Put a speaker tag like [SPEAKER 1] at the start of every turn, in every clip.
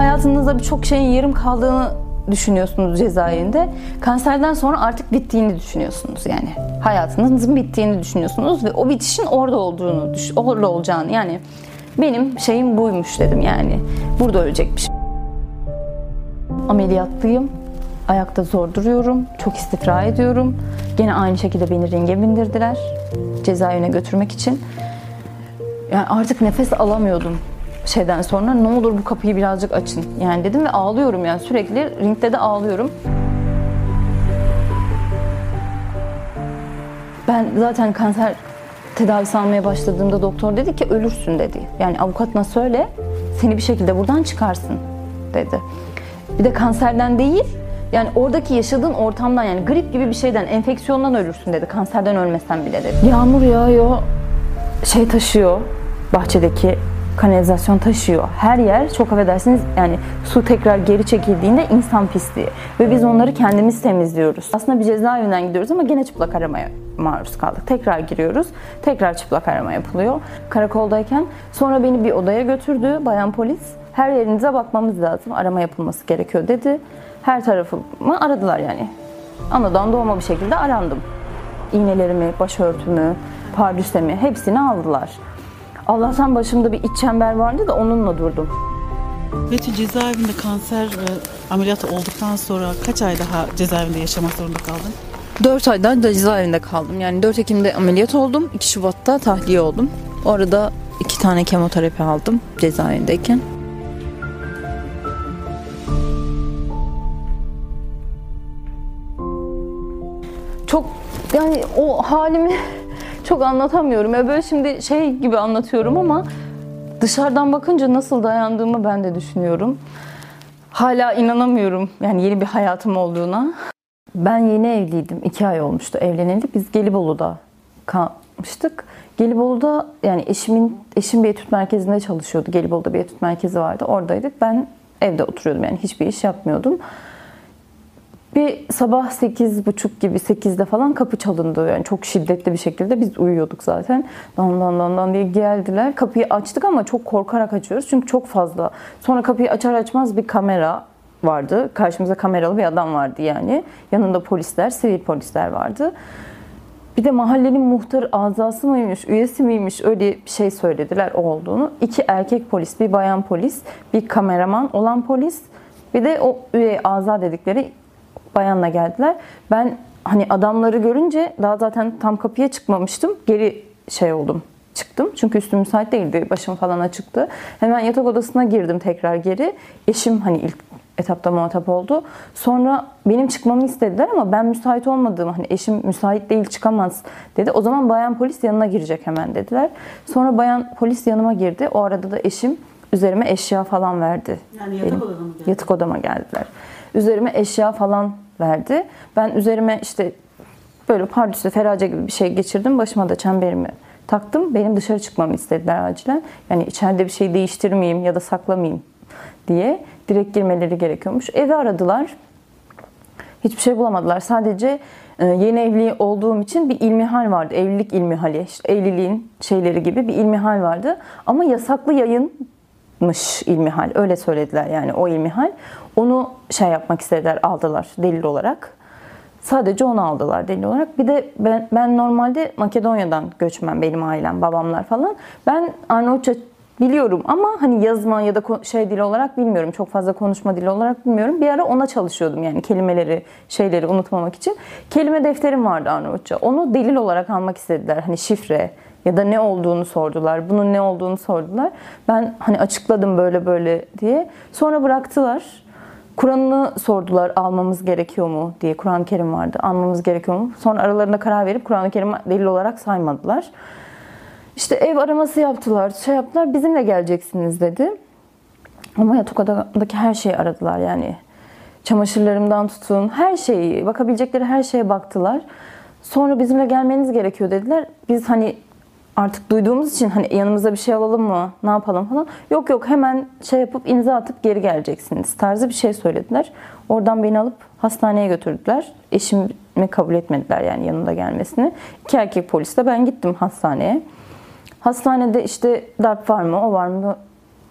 [SPEAKER 1] hayatınızda birçok şeyin yarım kaldığını düşünüyorsunuz cezaevinde. Kanserden sonra artık bittiğini düşünüyorsunuz yani. Hayatınızın bittiğini düşünüyorsunuz ve o bitişin orada olacağını, yani benim şeyim buymuş dedim yani. Burada ölecekmişim. Ameliyatlıyım. Ayakta zor duruyorum. Çok istifra ediyorum. Gene aynı şekilde beni ringe bindirdiler. Cezaevine götürmek için. Yani artık nefes alamıyordum şeyden sonra. Ne olur bu kapıyı birazcık açın. Yani dedim ve ağlıyorum yani sürekli. Ringde de ağlıyorum. Ben zaten kanser tedavisi almaya başladığımda doktor dedi ki ölürsün dedi. Yani avukatına söyle, seni bir şekilde buradan çıkarsın dedi. Bir de kanserden değil, yani oradaki yaşadığın ortamdan, yani grip gibi bir şeyden, enfeksiyondan ölürsün dedi. Kanserden ölmesen bile dedi. Yağmur yağıyor, şey taşıyor, bahçedeki kanalizasyon taşıyor. Her yer, çok affedersiniz, yani su tekrar geri çekildiğinde insan pisliği. Ve biz onları kendimiz temizliyoruz. Aslında bir cezaevinden gidiyoruz ama gene çıplak aramaya maruz kaldık. Tekrar giriyoruz, tekrar çıplak arama yapılıyor. Karakoldayken sonra beni bir odaya götürdü bayan polis. Her yerinize bakmamız lazım, arama yapılması gerekiyor dedi. Her tarafımı aradılar yani. Anadan doğma bir şekilde arandım. İğnelerimi, başörtümü, pardüsemi hepsini aldılar. Allah'tan başımda bir iç çember vardı da onunla durdum.
[SPEAKER 2] Peki cezaevinde kanser ameliyatı olduktan sonra kaç ay daha cezaevinde yaşamak zorunda kaldın?
[SPEAKER 1] 4 aydan da cezaevinde kaldım. Yani 4 Ekim'de ameliyat oldum. 2 Şubat'ta tahliye oldum. Orada 2 tane kemoterapi aldım cezaevindeyken. Çok, yani o halimi çok anlatamıyorum. Ya böyle şimdi şey gibi anlatıyorum ama dışarıdan bakınca nasıl dayandığımı ben de düşünüyorum. Hala inanamıyorum yani yeni bir hayatım olduğuna. Ben yeni evliydim. 2 ay olmuştu evleneli. Biz Gelibolu'da kalmıştık. Gelibolu'da, yani eşim bir etüt merkezinde çalışıyordu. Gelibolu'da bir etüt merkezi vardı. Oradaydık. Ben evde oturuyordum. Yani hiçbir iş yapmıyordum. Bir sabah 8.30 gibi, 8'de falan kapı çalındı. Yani çok şiddetli bir şekilde. Biz uyuyorduk zaten. Dan dan dan dan diye geldiler. Kapıyı açtık ama çok korkarak açıyoruz. Çünkü çok fazla. Sonra kapıyı açar açmaz bir kamera vardı. Karşımıza kameralı bir adam vardı yani. Yanında polisler, sivil polisler vardı. Bir de mahallenin muhtar azası mıymış, üyesi miymiş, öyle bir şey söylediler o olduğunu. 2 erkek polis, bir bayan polis, bir kameraman olan polis, bir de o üye aza dedikleri bayanla geldiler. Ben hani adamları görünce daha zaten tam kapıya çıkmamıştım. Geri şey oldum. Çıktım. Çünkü üstüm müsait değildi. Başım falan açıktı. Hemen yatak odasına girdim tekrar geri. Eşim hani ilk etapta muhatap oldu. Sonra benim çıkmamı istediler ama ben müsait olmadığımı, hani eşim müsait değil çıkamaz dedi. O zaman bayan polis yanına girecek hemen dediler. Sonra bayan polis yanıma girdi. O arada da eşim üzerime eşya falan verdi.
[SPEAKER 2] Yani yatak odama mı geldi?
[SPEAKER 1] Yatak odama geldiler. Üzerime eşya falan verdi. Ben üzerime işte böyle pardüsü, ferace gibi bir şey geçirdim. Başıma da çemberimi taktım. Benim dışarı çıkmamı istediler acilen. Yani içeride bir şey değiştirmeyeyim ya da saklamayayım diye direkt girmeleri gerekiyormuş. Evi aradılar. Hiçbir şey bulamadılar. Sadece yeni evli olduğum için bir ilmihal vardı. Evlilik ilmihali. İşte evliliğin şeyleri gibi bir ilmihal vardı. Ama yasaklı yayınmış ilmihal. Öyle söylediler yani o ilmihal. Onu şey yapmak istediler, aldılar delil olarak. Sadece onu aldılar delil olarak. Bir de ben normalde Makedonya'dan göçmen, benim ailem, babamlar falan. Ben Arnavutça biliyorum ama hani yazma ya da şey dili olarak bilmiyorum. Çok fazla konuşma dili olarak bilmiyorum. Bir ara ona çalışıyordum yani kelimeleri, şeyleri unutmamak için. Kelime defterim vardı Arnavutça. Onu delil olarak almak istediler. Hani şifre ya da ne olduğunu sordular. Bunun ne olduğunu sordular. Ben hani açıkladım böyle böyle diye. Sonra bıraktılar. Kur'an'ını sordular, almamız gerekiyor mu diye. Kur'an-ı Kerim vardı, almamız gerekiyor mu? Sonra aralarında karar verip Kur'an-ı Kerim'i delil olarak saymadılar. İşte ev araması yaptılar, şey yaptılar, bizimle geleceksiniz dedi. Ama yatak odamdaki her şeyi aradılar yani. Çamaşırlarımdan tutun, her şeyi, bakabilecekleri her şeye baktılar. Sonra bizimle gelmeniz gerekiyor dediler. Biz hani artık duyduğumuz için hani yanımıza bir şey alalım mı, ne yapalım falan. Yok yok, hemen şey yapıp imza atıp geri geleceksiniz tarzı bir şey söylediler. Oradan beni alıp hastaneye götürdüler. Eşimi kabul etmediler yani yanında gelmesini. 2 erkek polisle ben gittim hastaneye. Hastanede işte darp var mı, o var mı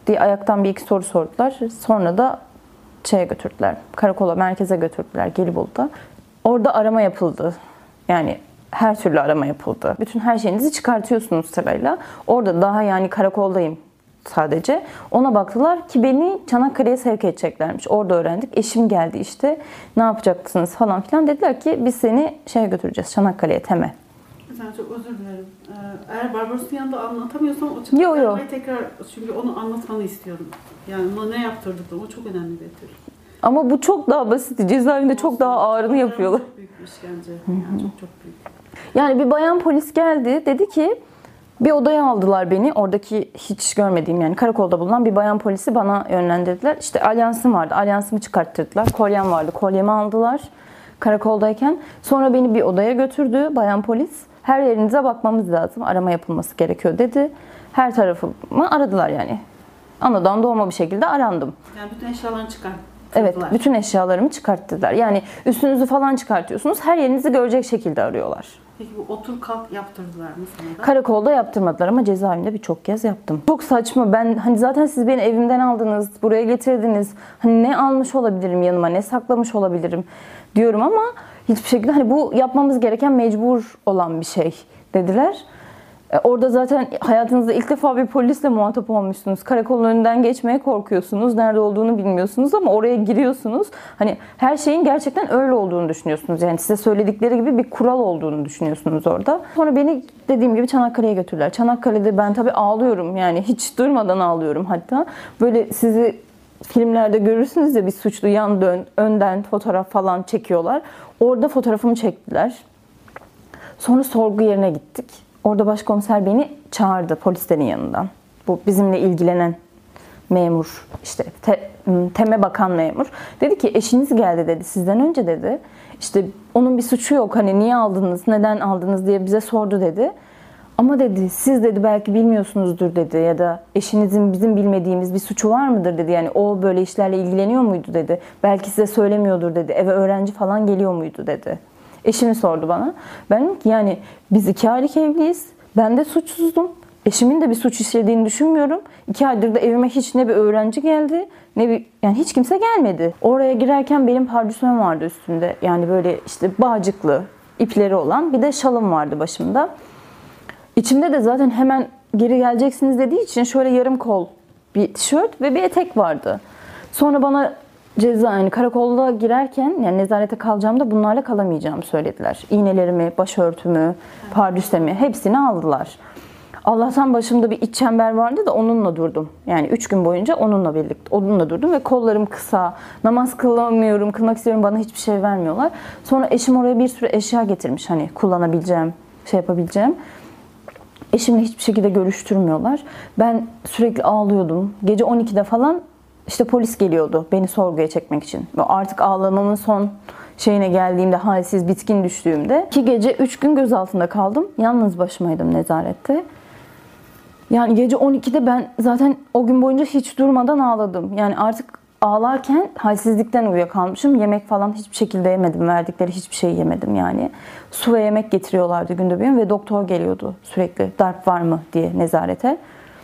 [SPEAKER 1] diye ayaktan bir iki soru sordular. Sonra da şeye götürdüler. Karakola, merkeze götürdüler Gelibolu'da. Orada arama yapıldı. Yani her türlü arama yapıldı. Bütün her şeyinizi çıkartıyorsunuz sırayla. Orada daha yani karakoldayım sadece. Ona baktılar ki beni Çanakkale'ye sevk edeceklermiş. Orada öğrendik. Eşim geldi işte. Ne yapacaksınız falan filan. Dediler ki biz seni şeye götüreceğiz. Çanakkale'ye, TEM'e.
[SPEAKER 2] Mesela çok özür dilerim. Eğer Barbaros'un yanında anlatamıyorsam o
[SPEAKER 1] Yo.
[SPEAKER 2] Çanakkale'yi tekrar, çünkü onu anlatmanı istiyorum. Yani ona ne yaptırdık da o çok önemli bir etki.
[SPEAKER 1] Ama bu çok daha basit. Cezaevinde çok daha ağırını yapıyorlar.
[SPEAKER 2] Çok büyük bir işkence. Yani çok büyük.
[SPEAKER 1] Yani bir bayan polis geldi. Dedi ki bir odaya aldılar beni. Oradaki hiç görmediğim yani karakolda bulunan bir bayan polisi bana yönlendirdiler. İşte alyansım vardı. Alyansımı çıkarttırdılar. Kolyem vardı. Kolyemi aldılar karakoldayken. Sonra beni bir odaya götürdü bayan polis. Her yerinize bakmamız lazım. Arama yapılması gerekiyor dedi. Her tarafımı aradılar yani. Anadan doğma bir şekilde arandım.
[SPEAKER 2] Yani bütün eşyalarını çıkarttılar.
[SPEAKER 1] Evet, bütün eşyalarımı çıkarttılar. Yani üstünüzü falan çıkartıyorsunuz. Her yerinizi görecek şekilde arıyorlar.
[SPEAKER 2] Peki bu otur kalk yaptırdılar mı sana da?
[SPEAKER 1] Karakolda yaptırmadılar ama cezaevinde birçok kez yaptım. Çok saçma. Ben hani zaten siz beni evimden aldınız, buraya getirdiniz. Hani ne almış olabilirim yanıma, ne saklamış olabilirim diyorum ama hiçbir şekilde hani bu yapmamız gereken mecbur olan bir şey dediler. Orada zaten hayatınızda ilk defa bir polisle muhatap olmuşsunuz. Karakolun önünden geçmeye korkuyorsunuz. Nerede olduğunu bilmiyorsunuz ama oraya giriyorsunuz. Hani her şeyin gerçekten öyle olduğunu düşünüyorsunuz. Yani size söyledikleri gibi bir kural olduğunu düşünüyorsunuz orada. Sonra beni dediğim gibi Çanakkale'ye götürdüler. Çanakkale'de ben tabii ağlıyorum. Yani hiç durmadan ağlıyorum hatta. Böyle sizi filmlerde görürsünüz ya bir suçlu yan dön, önden fotoğraf falan çekiyorlar. Orada fotoğrafımı çektiler. Sonra sorgu yerine gittik. Orada başkomiser beni çağırdı polislerin yanından. Bu bizimle ilgilenen memur, işte TEM'e bakan memur. Dedi ki eşiniz geldi dedi sizden önce dedi. İşte onun bir suçu yok hani niye aldınız, neden aldınız diye bize sordu dedi. Ama dedi siz dedi belki bilmiyorsunuzdur dedi ya da eşinizin bizim bilmediğimiz bir suçu var mıdır dedi. Yani o böyle işlerle ilgileniyor muydu dedi. Belki size söylemiyordur dedi. Eve öğrenci falan geliyor muydu dedi. Eşimi sordu bana. Ben dedim ki yani biz 2 aylık evliyiz. Ben de suçsuzdum. Eşimin de bir suç işlediğini düşünmüyorum. 2 aydır da evime hiç ne bir öğrenci geldi ne bir yani hiç kimse gelmedi. Oraya girerken benim pardösüm vardı üstümde. Yani böyle işte bağcıklı ipleri olan bir de şalım vardı başımda. İçimde de zaten hemen geri geleceksiniz dediği için şöyle yarım kol bir tişört ve bir etek vardı. Sonra bana yani karakolda girerken yani nezarete kalacağımda bunlarla kalamayacağımı söylediler. İğnelerimi, başörtümü, pardüsemi hepsini aldılar. Allah'tan başımda bir iç çember vardı da onunla durdum. Yani 3 gün boyunca onunla durdum ve kollarım kısa. Namaz kılamıyorum, kılmak istiyorum bana hiçbir şey vermiyorlar. Sonra eşim oraya bir sürü eşya getirmiş hani kullanabileceğim, şey yapabileceğim. Eşimle hiçbir şekilde görüştürmüyorlar. Ben sürekli ağlıyordum. Gece 12'de falan işte polis geliyordu beni sorguya çekmek için. Artık ağlamamın son şeyine geldiğimde, halsiz, bitkin düştüğümde 2 gece 3 gün gözaltında kaldım. Yalnız başımaydım nezarette. Yani gece 12'de ben zaten o gün boyunca hiç durmadan ağladım. Yani artık ağlarken halsizlikten uyuyakalmışım. Yemek falan hiçbir şekilde yemedim. Verdikleri hiçbir şey yemedim yani. Su ve yemek getiriyorlardı günde bir gün ve doktor geliyordu sürekli. Darp var mı diye nezarete.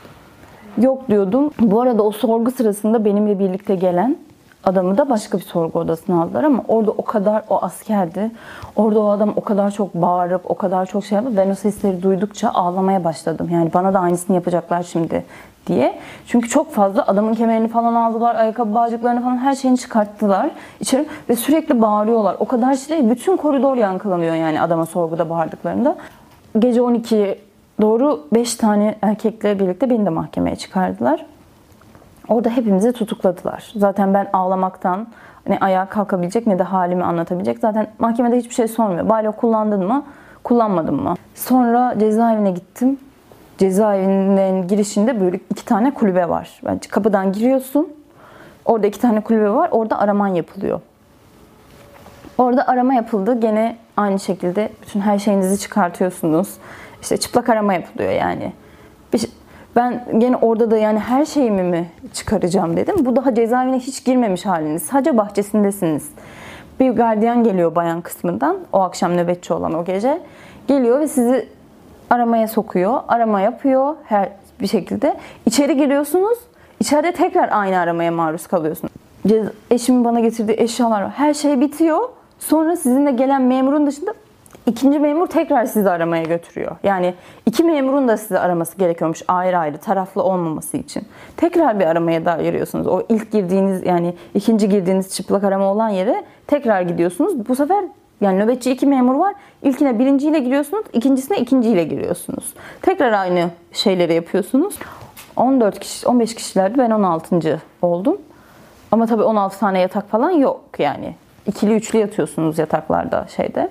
[SPEAKER 1] Yok diyordum. Bu arada o sorgu sırasında benimle birlikte gelen adamı da başka bir sorgu odasına aldılar ama orada o askerdi. Orada o adam o kadar çok bağırıp, o kadar çok şey yapıp ben o sesleri duydukça ağlamaya başladım. Yani bana da aynısını yapacaklar şimdi diye. Çünkü çok fazla adamın kemerini falan aldılar, ayakkabı bağcıklarını falan her şeyini çıkarttılar içeri ve sürekli bağırıyorlar. O kadar şey, bütün koridor yankılanıyor yani adama sorguda bağırdıklarında. Gece 12'ye doğru 5 tane erkekle birlikte beni de mahkemeye çıkardılar. Orada hepimizi tutukladılar. Zaten ben ağlamaktan ne ayağa kalkabilecek ne de halimi anlatabilecek. Zaten mahkemede hiçbir şey sormuyor. Balo kullandın mı, kullanmadın mı? Sonra cezaevine gittim. Cezaevinin girişinde böyle 2 tane kulübe var. Bence kapıdan giriyorsun. Orada 2 tane kulübe var. Orada araman yapılıyor. Orada arama yapıldı. Gene aynı şekilde bütün her şeyinizi çıkartıyorsunuz. İşte çıplak arama yapılıyor yani. Ben gene orada da yani her şeyimi mi çıkaracağım dedim. Bu daha cezaevine hiç girmemiş haliniz. Sadece bahçesindesiniz. Bir gardiyan geliyor bayan kısmından. O akşam nöbetçi olan o gece. Geliyor ve sizi aramaya sokuyor. Arama yapıyor her bir şekilde. İçeri giriyorsunuz. İçeride tekrar aynı aramaya maruz kalıyorsunuz. Eşimin bana getirdiği eşyalar var. Her şey bitiyor. Sonra sizinle gelen memurun dışında ikinci memur tekrar sizi aramaya götürüyor. Yani 2 memurun da sizi araması gerekiyormuş ayrı ayrı, taraflı olmaması için. Tekrar bir aramaya daha giriyorsunuz. O ilk girdiğiniz, yani ikinci girdiğiniz çıplak arama olan yere tekrar gidiyorsunuz. Bu sefer yani nöbetçi 2 memur var. İlkine birinciyle giriyorsunuz, ikincisine ikinciyle giriyorsunuz. Tekrar aynı şeyleri yapıyorsunuz. 14 kişi, 15 kişilerdi. Ben 16. oldum. Ama tabii 16 tane yatak falan yok yani. İkili üçlü yatıyorsunuz yataklarda şeyde.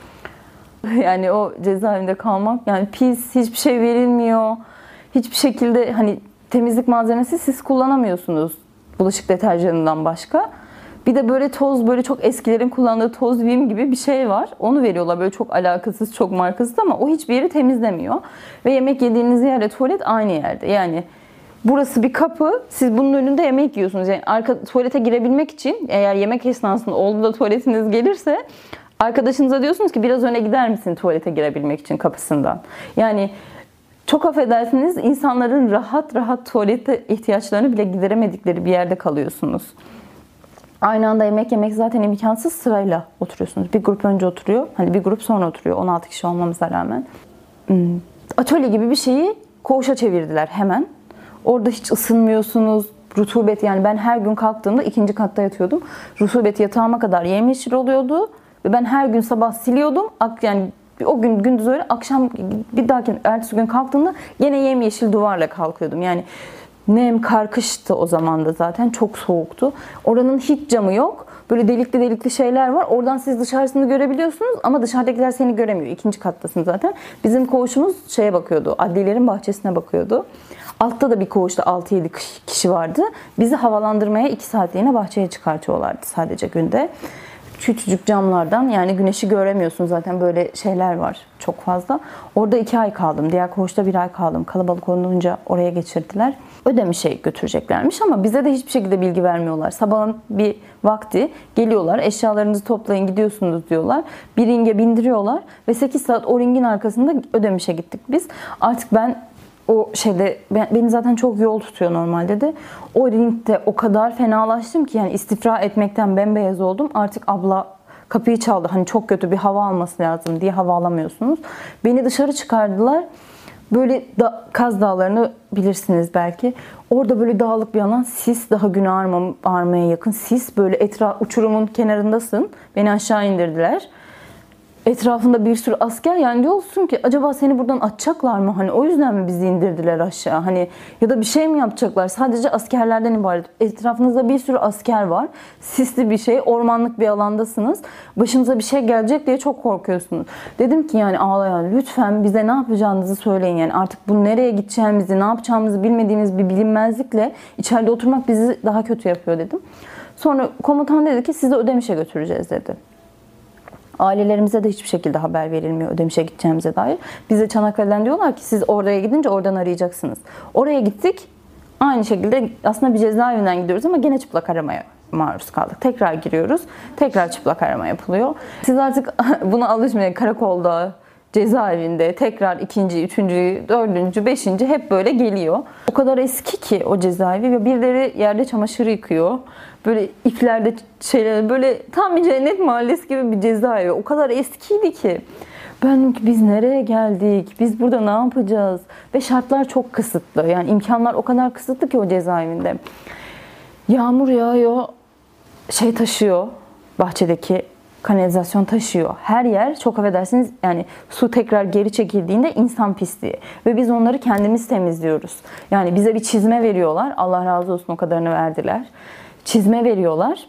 [SPEAKER 1] Yani o cezaevinde kalmak, yani pis, hiçbir şey verilmiyor. Hiçbir şekilde hani temizlik malzemesi siz kullanamıyorsunuz bulaşık deterjanından başka. Bir de böyle toz, böyle çok eskilerin kullandığı toz Vim gibi bir şey var. Onu veriyorlar böyle çok alakasız, çok markasız ama o hiçbir yeri temizlemiyor. Ve yemek yediğiniz yerle tuvalet aynı yerde. Yani burası bir kapı, siz bunun önünde yemek yiyorsunuz. Yani arka tuvalete girebilmek için, eğer yemek esnasında oldu da tuvaletiniz gelirse, arkadaşınıza diyorsunuz ki biraz öne gider misin tuvalete girebilmek için kapısından. Yani çok affedersiniz, insanların rahat rahat tuvalete ihtiyaçlarını bile gideremedikleri bir yerde kalıyorsunuz. Aynı anda yemek yemek zaten imkansız, sırayla oturuyorsunuz. Bir grup önce oturuyor, hani bir grup sonra oturuyor 16 kişi olmamıza rağmen. Atölye gibi bir şeyi koğuşa çevirdiler hemen. Orada hiç ısınmıyorsunuz. Rutubet, yani ben her gün kalktığımda 2. katta yatıyordum. Rutubet yatağıma kadar yemyeşil oluyordu. Ve ben her gün sabah siliyordum. Yani o gün gündüz öyle, akşam bir dahaki ertesi gün kalktığımda gene yemyeşil duvarla kalkıyordum. Yani nem, kar, kıştı o zaman da zaten. Çok soğuktu. Oranın hiç camı yok. Böyle delikli delikli şeyler var. Oradan siz dışarısını görebiliyorsunuz ama dışarıdakiler seni göremiyor. 2. kattasın zaten. Bizim koğuşumuz şeye bakıyordu. Adliyelerin bahçesine bakıyordu. Altta da bir koğuşta 6-7 kişi vardı. Bizi havalandırmaya 2 saatliğine bahçeye çıkartıyorlardı sadece günde. Küçücük camlardan, yani güneşi göremiyorsun zaten, böyle şeyler var çok fazla. Orada 2 ay kaldım. Diğer koğuşta 1 ay kaldım. Kalabalık olunca oraya geçirdiler. Ödemiş'e götüreceklermiş ama bize de hiçbir şekilde bilgi vermiyorlar. Sabahın bir vakti geliyorlar, eşyalarınızı toplayın gidiyorsunuz diyorlar. Bir ringe bindiriyorlar ve 8 saat o ringin arkasında Ödemiş'e gittik biz. Artık ben o şeyde, beni zaten çok yol tutuyor normalde de. O ringde o kadar fenalaştım ki, yani istifra etmekten bembeyaz oldum. Artık abla kapıyı çaldı. Hani çok kötü bir hava alması lazım diye, hava alamıyorsunuz. Beni dışarı çıkardılar. Böyle Kaz Dağları'nı bilirsiniz belki. Orada böyle dağlık bir alan, sis, daha gün ağarmaya yakın sis. Böyle uçurumun kenarındasın. Beni aşağı indirdiler. Etrafında bir sürü asker, yani diyorsun ki acaba seni buradan atacaklar mı? Hani o yüzden mi bizi indirdiler aşağı? Hani ya da bir şey mi yapacaklar? Sadece askerlerden ibaret. Etrafınızda bir sürü asker var. Sisli bir şey, ormanlık bir alandasınız. Başınıza bir şey gelecek diye çok korkuyorsunuz. Dedim ki yani ağlayan, lütfen bize ne yapacağınızı söyleyin. Yani artık bu nereye gideceğimizi, ne yapacağımızı bilmediğimiz bir bilinmezlikle içeride oturmak bizi daha kötü yapıyor dedim. Sonra komutan dedi ki sizi Ödemiş'e götüreceğiz dedi. Ailelerimize de hiçbir şekilde haber verilmiyor Ödemiş'e gideceğimize dair. Bize Çanakkale'den diyorlar ki siz oraya gidince oradan arayacaksınız. Oraya gittik. Aynı şekilde aslında bir cezaevinden gidiyoruz ama gene çıplak aramaya maruz kaldık. Tekrar giriyoruz. Tekrar çıplak arama yapılıyor. Siz artık buna alışmayın. Karakolda, cezaevinde tekrar 2., 3., 4., 5. hep böyle geliyor. O kadar eski ki o cezaevi ve birileri yerde çamaşırı yıkıyor. Böyle iplerde şeyler, böyle tam bir cennet mahallesi gibi bir cezaevi. O kadar eskiydi ki. Ben dedim ki biz nereye geldik? Biz burada ne yapacağız? Ve şartlar çok kısıtlı. Yani imkanlar o kadar kısıtlı ki o cezaevinde. Yağmur yağıyor, şey taşıyor, bahçedeki kanalizasyon taşıyor. Her yer, çok affedersiniz, yani su tekrar geri çekildiğinde insan pisliği. Ve biz onları kendimiz temizliyoruz. Yani bize bir çizme veriyorlar. Allah razı olsun, o kadarını verdiler. Çizme veriyorlar.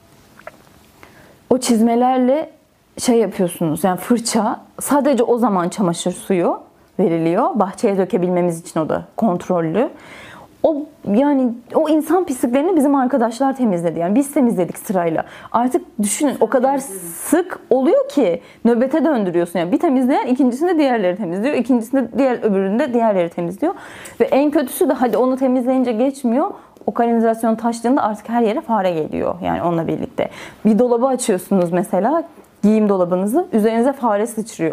[SPEAKER 1] O çizmelerle şey yapıyorsunuz, yani fırça, sadece o zaman çamaşır suyu veriliyor. Bahçeye dökebilmemiz için, o da kontrollü. Yani o insan pisliklerini bizim arkadaşlar temizledi. Yani biz temizledik sırayla. Artık düşünün, o kadar sık oluyor ki nöbete döndürüyorsun. Yani bir temizleyen ikincisinde diğerleri temizliyor. İkincisinde öbüründe diğerleri temizliyor. Ve en kötüsü de hadi onu temizleyince geçmiyor. O kanalizasyon taştığında artık her yere fare geliyor. Yani onunla birlikte. Bir dolabı açıyorsunuz mesela, giyim dolabınızı. Üzerinize fare sıçrıyor.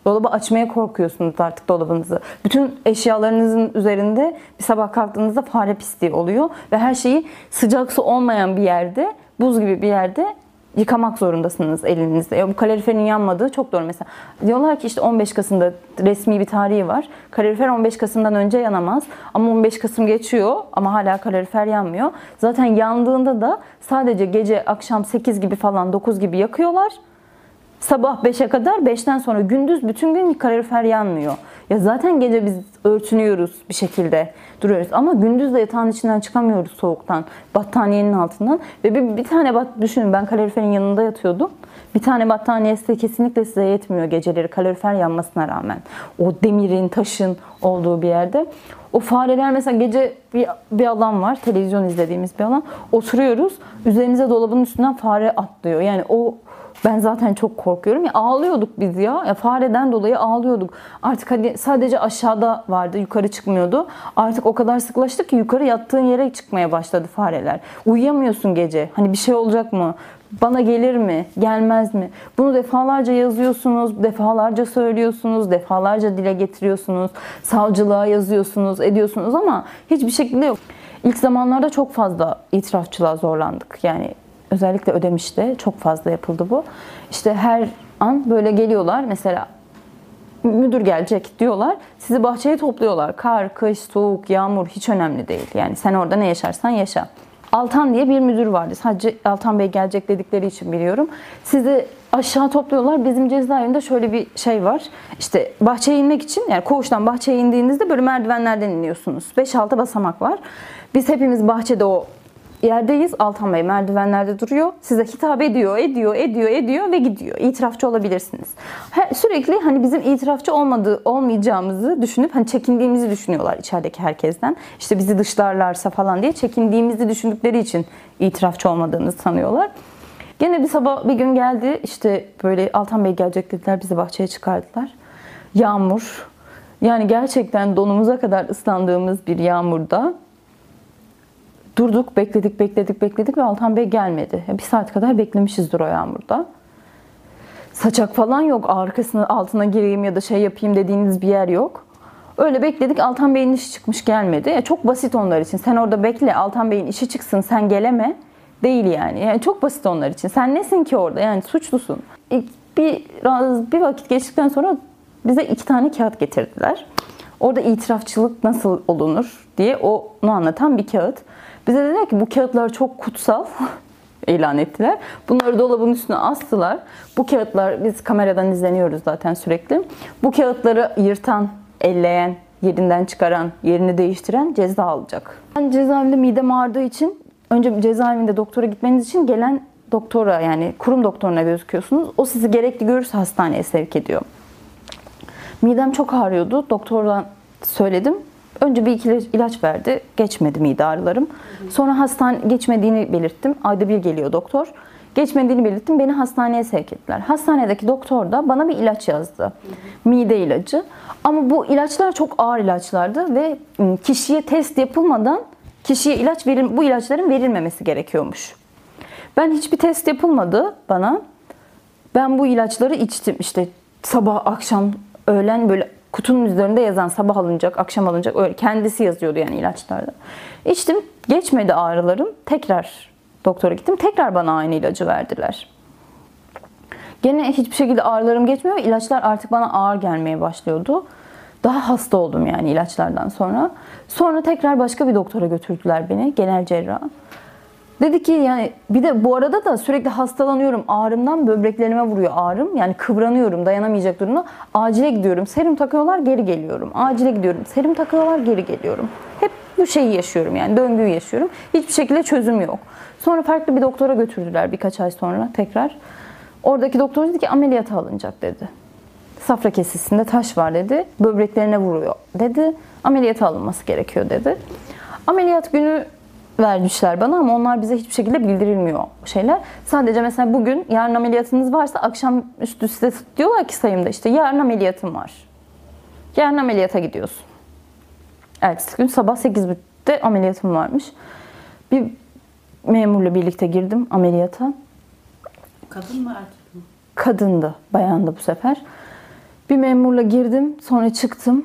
[SPEAKER 1] Dolabı açmaya korkuyorsunuz artık dolabınızı. Bütün eşyalarınızın üzerinde bir sabah kalktığınızda fare pisliği oluyor. Ve her şeyi sıcak su olmayan bir yerde, buz gibi bir yerde yıkamak zorundasınız elinizle. Ya bu kaloriferin yanmadığı çok doğru mesela. Diyorlar ki işte 15 Kasım'da resmi bir tarihi var. Kalorifer 15 Kasım'dan önce yanamaz. Ama 15 Kasım geçiyor ama hala kalorifer yanmıyor. Zaten yandığında da sadece gece akşam 8 gibi falan 9 gibi yakıyorlar. Sabah 5'e kadar, 5'ten sonra gündüz bütün gün kalorifer yanmıyor. Ya zaten gece biz örtünüyoruz bir şekilde duruyoruz. Ama gündüz de yatağın içinden çıkamıyoruz soğuktan. Battaniyenin altından. Ve bir tane düşünün, ben kaloriferin yanında yatıyordum. Bir tane battaniyesi de kesinlikle size yetmiyor geceleri kalorifer yanmasına rağmen. O demirin, taşın olduğu bir yerde. O fareler mesela gece bir alan var. Televizyon izlediğimiz bir alan. Oturuyoruz. Üzerinize dolabın üstünden fare atlıyor. Yani ben zaten çok korkuyorum. Ya ağlıyorduk biz ya. Fareden dolayı ağlıyorduk. Artık hadi sadece aşağıda vardı, yukarı çıkmıyordu. Artık o kadar sıklaştık ki yukarı yattığın yere çıkmaya başladı fareler. Uyuyamıyorsun gece. Hani bir şey olacak mı? Bana gelir mi? Gelmez mi? Bunu defalarca yazıyorsunuz, defalarca söylüyorsunuz, defalarca dile getiriyorsunuz. Savcılığa yazıyorsunuz, ediyorsunuz ama hiçbir şekilde yok. İlk zamanlarda çok fazla itirafçılığa zorlandık. Yani özellikle Ödemiş'te çok fazla yapıldı bu. İşte her an böyle geliyorlar. Mesela müdür gelecek diyorlar. Sizi bahçeye topluyorlar. Kar, kış, soğuk, yağmur hiç önemli değil. Yani sen orada ne yaşarsan yaşa. Altan diye bir müdür vardı. Sadece Altan Bey gelecek dedikleri için biliyorum. Sizi aşağı topluyorlar. Bizim cezaevinde şöyle bir şey var. İşte bahçeye inmek için, yani koğuştan bahçeye indiğinizde böyle merdivenlerden iniyorsunuz. 5-6 basamak var. Biz hepimiz bahçede o yerdeyiz. Altan Bey merdivenlerde duruyor. Size hitap ediyor ve gidiyor. İtirafçı olabilirsiniz. Sürekli hani bizim itirafçı olmayacağımızı düşünüp hani çekindiğimizi düşünüyorlar içerideki herkesten. İşte bizi dışlarlarsa falan diye çekindiğimizi düşündükleri için itirafçı olmadığımızı sanıyorlar. Gene bir sabah bir gün geldi. İşte böyle Altan Bey gelecek dediler. Bizi bahçeye çıkardılar. Yağmur. Yani gerçekten donumuza kadar ıslandığımız bir yağmurda durduk, bekledik ve Altan Bey gelmedi. Bir saat kadar beklemişizdir o yağmurda. Saçak falan yok. Altına gireyim ya da şey yapayım dediğiniz bir yer yok. Öyle bekledik. Altan Bey'in işi çıkmış gelmedi. Çok basit onlar için. Sen orada bekle. Altan Bey'in işi çıksın. Sen geleme. Değil yani. Yani çok basit onlar için. Sen nesin ki orada? Yani suçlusun. Bir vakit geçtikten sonra bize 2 tane kağıt getirdiler. Orada itirafçılık nasıl olunur diye onu anlatan bir kağıt. Bize dediler ki bu kağıtlar çok kutsal ilan ettiler. Bunları dolabın üstüne astılar. Bu kağıtlar, biz kameradan izleniyoruz zaten sürekli. Bu kağıtları yırtan, elleyen, yerinden çıkaran, yerini değiştiren ceza alacak. Ben cezaevinde midem ağrıdığı için önce cezaevinde doktora gitmeniz için gelen doktora, yani kurum doktoruna gözüküyorsunuz. O sizi gerekli görürse hastaneye sevk ediyor. Midem çok ağrıyordu. Doktordan söyledim. Önce bir iki ilaç verdi. Geçmedi mide ağrılarım. Sonra geçmediğini belirttim. Ayda bir geliyor doktor. Geçmediğini belirttim. Beni hastaneye sevk ettiler. Hastanedeki doktor da bana bir ilaç yazdı. Mide ilacı. Ama bu ilaçlar çok ağır ilaçlardı ve kişiye test yapılmadan kişiye bu ilaçların verilmemesi gerekiyormuş. Ben hiçbir test yapılmadı bana. Ben bu ilaçları içtim. İşte sabah, akşam, öğlen böyle kutunun üzerinde yazan sabah alınacak, akşam alınacak, öyle kendisi yazıyordu yani ilaçlarda. İçtim, geçmedi ağrılarım. Tekrar doktora gittim. Tekrar bana aynı ilacı verdiler. Gene hiçbir şekilde ağrılarım geçmiyor. İlaçlar artık bana ağır gelmeye başlıyordu. Daha hasta oldum yani ilaçlardan sonra. Sonra tekrar başka bir doktora götürdüler beni, genel cerrah. Dedi ki yani bir de bu arada da sürekli hastalanıyorum. Ağrımdan böbreklerime vuruyor ağrım. Yani kıvranıyorum, dayanamayacak durumda. Acile gidiyorum. Serum takıyorlar, geri geliyorum. Acile gidiyorum. Serum takıyorlar, geri geliyorum. Hep bu şeyi yaşıyorum yani, döngüyü yaşıyorum. Hiçbir şekilde çözüm yok. Sonra farklı bir doktora götürdüler birkaç ay sonra tekrar. Oradaki doktor dedi ki ameliyata alınacak dedi. Safra kesesinde taş var dedi. Böbreklerine vuruyor dedi. Ameliyata alınması gerekiyor dedi. Ameliyat günü vermişler bana ama onlar bize hiçbir şekilde bildirilmiyor şeyler. Sadece mesela bugün yarın ameliyatınız varsa akşamüstü size diyorlar ki sayımda işte yarın ameliyatım var. Yarın ameliyata gidiyorsun. Ertesi gün sabah 8.30'da ameliyatım varmış. Bir memurla birlikte girdim ameliyata.
[SPEAKER 2] Kadın mı erkek mi?
[SPEAKER 1] Kadındı, bayandı bu sefer. Bir memurla girdim, sonra çıktım.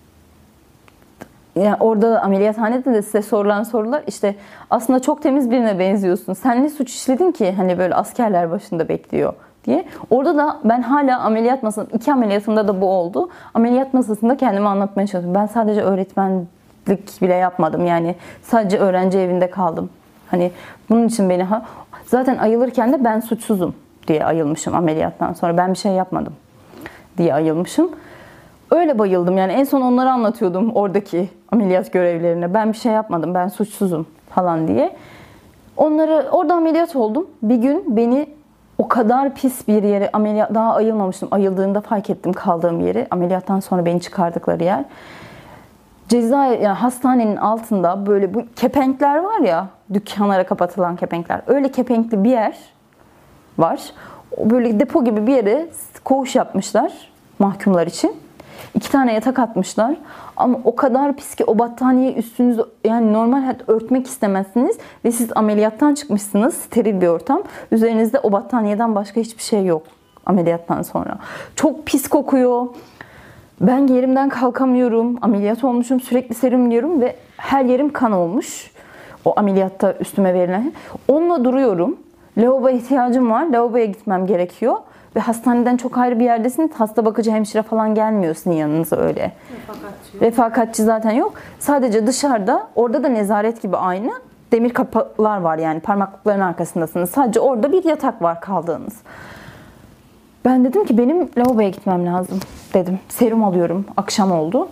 [SPEAKER 1] Yani orada ameliyathanede de size sorulan sorular işte aslında çok temiz birine benziyorsun. Sen ne suç işledin ki hani böyle askerler başında bekliyor diye. Orada da ben hala ameliyat masasında, 2 ameliyatımda da bu oldu. Ameliyat masasında kendimi anlatmaya çalışıyorum. Ben sadece öğretmenlik bile yapmadım. Yani sadece öğrenci evinde kaldım. Hani bunun için beni zaten ayılırken de ben suçsuzum diye ayılmışım ameliyattan sonra. Ben bir şey yapmadım diye ayılmışım. Öyle bayıldım yani en son onları anlatıyordum oradaki ameliyat görevlilerine. Ben bir şey yapmadım, ben suçsuzum falan diye. Orada ameliyat oldum. Bir gün beni o kadar pis bir yere daha ayılmamıştım. Ayıldığımda fark ettim kaldığım yeri. Ameliyattan sonra beni çıkardıkları yer. Yani hastanenin altında böyle bu kepenkler var ya, dükkanlara kapatılan kepenkler. Öyle kepenkli bir yer var. Böyle depo gibi bir yere koğuş yapmışlar mahkumlar için. 2 tane yatak atmışlar. Ama o kadar pis ki o battaniye üstünüzü yani normal örtmek istemezsiniz ve siz ameliyattan çıkmışsınız. Steril bir ortam. Üzerinizde o battaniyeden başka hiçbir şey yok ameliyattan sonra. Çok pis kokuyor. Ben yerimden kalkamıyorum. Ameliyat olmuşum. Sürekli serumluyorum ve her yerim kan olmuş. O ameliyatta üstüme verilen. Onunla duruyorum. Lavaboya ihtiyacım var. Lavaboya gitmem gerekiyor. Ve hastaneden çok ayrı bir yerdesiniz. Hasta bakıcı hemşire falan gelmiyor sizin yanınıza öyle. Refakatçi zaten yok. Sadece dışarıda, orada da nezaret gibi aynı. Demir kapılar var yani parmaklıkların arkasındasınız. Sadece orada bir yatak var kaldığınız. Ben dedim ki benim lavaboya gitmem lazım dedim. Serum alıyorum. Akşam oldu.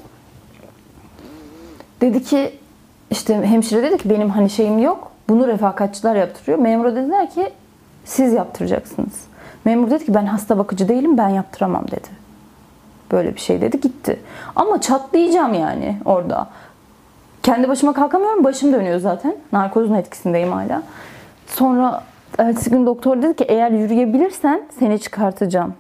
[SPEAKER 1] Dedi ki işte hemşire dedi ki benim hani şeyim yok. Bunu refakatçiler yaptırıyor. Memura dediler ki siz yaptıracaksınız. Memur dedi ki ben hasta bakıcı değilim, ben yaptıramam dedi. Böyle bir şey dedi, gitti. Ama çatlayacağım yani orada. Kendi başıma kalkamıyorum, başım dönüyor zaten. Narkozun etkisindeyim hala. Sonra ertesi gün doktor dedi ki eğer yürüyebilirsen seni çıkartacağım.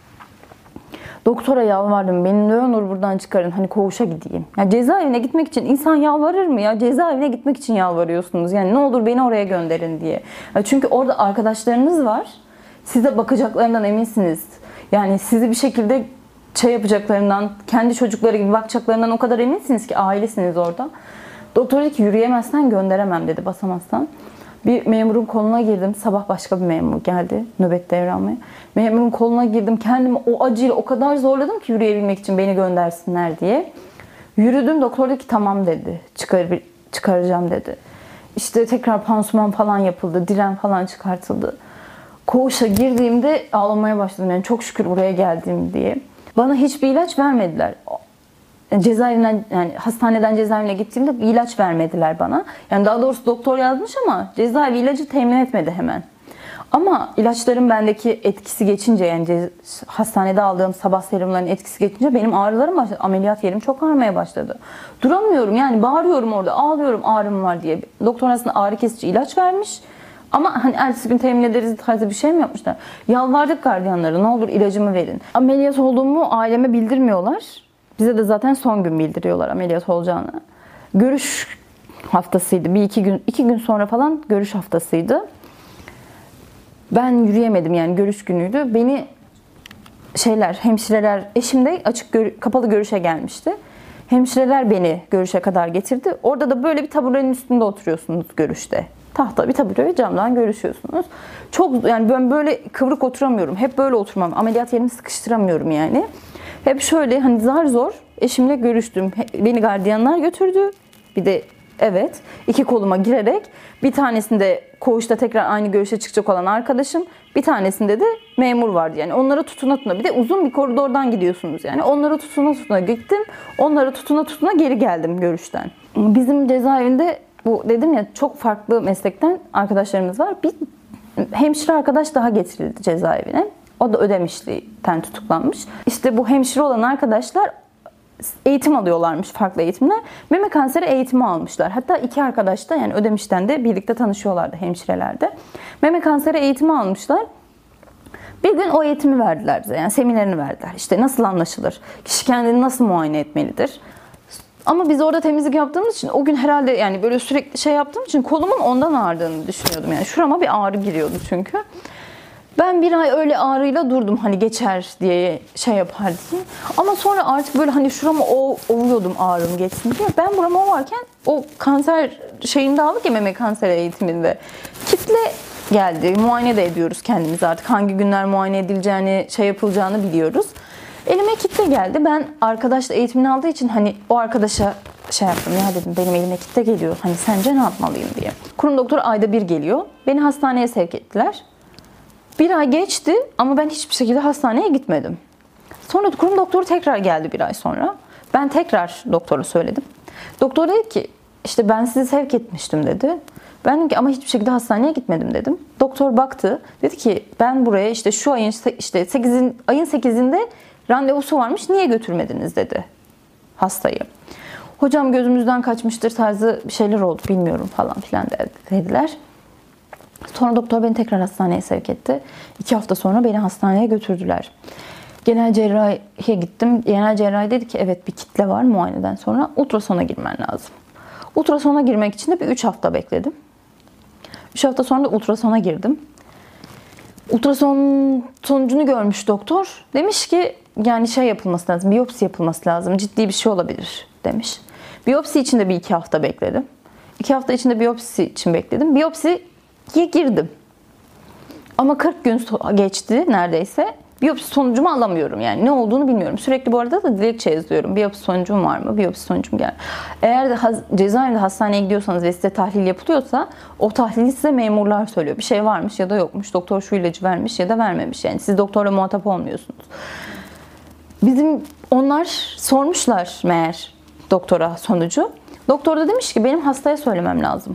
[SPEAKER 1] Doktora yalvardım, beni ne olur buradan çıkarın, hani koğuşa gideyim. Ya cezaevine gitmek için insan yalvarır mı ya? Cezaevine gitmek için yalvarıyorsunuz. Yani ne olur beni oraya gönderin diye. Ya çünkü orada arkadaşlarınız var. Size bakacaklarından eminsiniz. Yani sizi bir şekilde yapacaklarından, kendi çocukları gibi bakacaklarından o kadar eminsiniz ki ailesiniz orada. Doktor dedi ki yürüyemezsen gönderemem dedi, basamazsan. Bir memurun koluna girdim. Sabah başka bir memur geldi nöbet devralmaya. Memurun koluna girdim. Kendimi o acıyla o kadar zorladım ki yürüyebilmek için beni göndersinler diye. Yürüdüm. Doktor dedi ki tamam dedi. Çıkaracağım dedi. İşte tekrar pansuman falan yapıldı. Diren falan çıkartıldı. Koğuşa girdiğimde ağlamaya başladım. Yani çok şükür buraya geldim diye. Bana hiçbir ilaç vermediler. Cezaevinden yani hastaneden cezaevine gittiğimde bir ilaç vermediler bana. Yani daha doğrusu doktor yazmış ama cezaevi ilacı temin etmedi hemen. Ama ilaçların bendeki etkisi geçince yani hastanede aldığım sabah serumların etkisi geçince benim ağrılarım başladı. Ameliyat yerim çok ağrımaya başladı. Duramıyorum yani bağırıyorum orada ağlıyorum ağrım var diye. Doktor aslında ağrı kesici ilaç vermiş. Ama hani ertesi gün temin ederiz tarzı bir şey mi yapmışlar? Yalvardık gardiyanlara ne olur ilacımı verin. Ameliyat olduğumu aileme bildirmiyorlar. Bize de zaten son gün bildiriyorlar ameliyat olacağını. Görüş haftasıydı. iki gün sonra falan görüş haftasıydı. Ben yürüyemedim yani görüş günüydü. Beni hemşireler, eşim de kapalı görüşe gelmişti. Hemşireler beni görüşe kadar getirdi. Orada da böyle bir taburenin üstünde oturuyorsunuz görüşte. Tahta bir tabure ve camdan görüşüyorsunuz. Çok yani ben böyle kıvrık oturamıyorum. Hep böyle oturmam. Ameliyat yerimi sıkıştıramıyorum yani. Hep şöyle hani zar zor eşimle görüştüm. Beni gardiyanlar götürdü. Bir de evet 2 koluma girerek bir tanesinde koğuşta tekrar aynı görüşe çıkacak olan arkadaşım, bir tanesinde de memur vardı. Yani onlara tutuna tutuna bir de uzun bir koridordan gidiyorsunuz yani. Onlara tutuna tutuna gittim. Onlara tutuna tutuna geri geldim görüşten. Bizim cezaevinde bu dedim ya çok farklı meslekten arkadaşlarımız var. Bir hemşire arkadaş daha getirildi cezaevine. O da Ödemişli'den tutuklanmış. İşte bu hemşire olan arkadaşlar eğitim alıyorlarmış, farklı eğitimler. Meme kanseri eğitimi almışlar. Hatta 2 arkadaş da yani Ödemiş'ten de birlikte tanışıyorlardı hemşirelerde. Meme kanseri eğitimi almışlar. Bir gün o eğitimi verdiler bize. Yani seminerini verdiler. İşte nasıl anlaşılır? Kişi kendini nasıl muayene etmelidir? Ama biz orada temizlik yaptığımız için o gün herhalde yani böyle sürekli yaptığım için kolumun ondan ağrıdığını düşünüyordum. Yani şurama bir ağrı giriyordu çünkü. Ben bir ay öyle ağrıyla durdum, hani geçer diye şey yapardım. Ama sonra artık böyle hani şuramı ovuyordum ağrım geçsin diye. Ben buramı ovarken o kanser şeyinde aldık ya, meme kanseri eğitiminde. Kitle geldi. Muayene de ediyoruz kendimizi artık. Hangi günler muayene edileceğini, şey yapılacağını biliyoruz. Elime kitle geldi. Ben arkadaşla eğitimini aldığı için hani o arkadaşa şey yaptım. Ya dedim, benim elime kitle geliyor. Hani sence ne yapmalıyım diye. Kurum doktoru ayda bir geliyor. Beni hastaneye sevk ettiler. Bir ay geçti ama ben hiçbir şekilde hastaneye gitmedim. Sonra kurum doktoru tekrar geldi bir ay sonra. Ben tekrar doktora söyledim. Doktor dedi ki işte ben sizi sevk etmiştim dedi. Ben dedim ki ama hiçbir şekilde hastaneye gitmedim dedim. Doktor baktı. Dedi ki ben buraya işte şu ayın işte ayın 8'inde randevusu varmış. Niye götürmediniz dedi hastayı. Hocam gözümüzden kaçmıştır tarzı bir şeyler oldu bilmiyorum falan filan dediler. Sonra doktor beni tekrar hastaneye sevk etti. 2 hafta sonra beni hastaneye götürdüler. Genel cerrahiye gittim. Genel cerrahi dedi ki evet bir kitle var, muayeneden sonra ultrasona girmen lazım. Ultrasona girmek için de bir 3 hafta bekledim. 3 hafta sonra da ultrasona girdim. Ultrason sonucunu görmüş doktor. Demiş ki yani şey yapılması lazım, biyopsi yapılması lazım. Ciddi bir şey olabilir demiş. Biyopsi için de bir 2 hafta bekledim. 2 hafta içinde biyopsi için bekledim. Biyopsiye girdim. Ama 40 gün geçti neredeyse. Biyopsi sonucumu alamıyorum yani. Ne olduğunu bilmiyorum. Sürekli bu arada da dilekçe yazıyorum. Biyopsi sonucum var mı? Biyopsi sonucum gel. Eğer de cezaevinde hastaneye gidiyorsanız ve size tahlil yapılıyorsa o tahlili size memurlar söylüyor. Bir şey varmış ya da yokmuş. Doktor şu ilacı vermiş ya da vermemiş. Yani siz doktorla muhatap olmuyorsunuz. Onlar sormuşlar meğer doktora sonucu. Doktor da demiş ki benim hastaya söylemem lazım.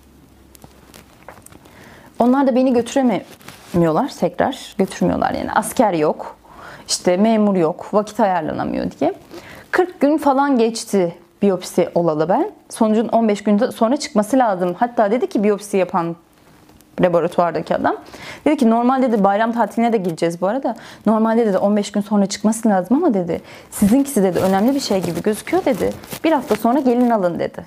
[SPEAKER 1] Onlar da beni götüremiyorlar tekrar. Götürmüyorlar yani. Asker yok. İşte memur yok. Vakit ayarlanamıyor diye. 40 gün falan geçti biyopsi olalı ben. Sonucun 15 gün sonra çıkması lazım. Hatta dedi ki biyopsi yapan laboratuvardaki adam. Dedi ki normalde de bayram tatiline de gireceğiz bu arada. Normalde de 15 gün sonra çıkması lazım ama dedi sizinkisi dedi önemli bir şey gibi gözüküyor dedi. Bir hafta sonra gelin alın dedi.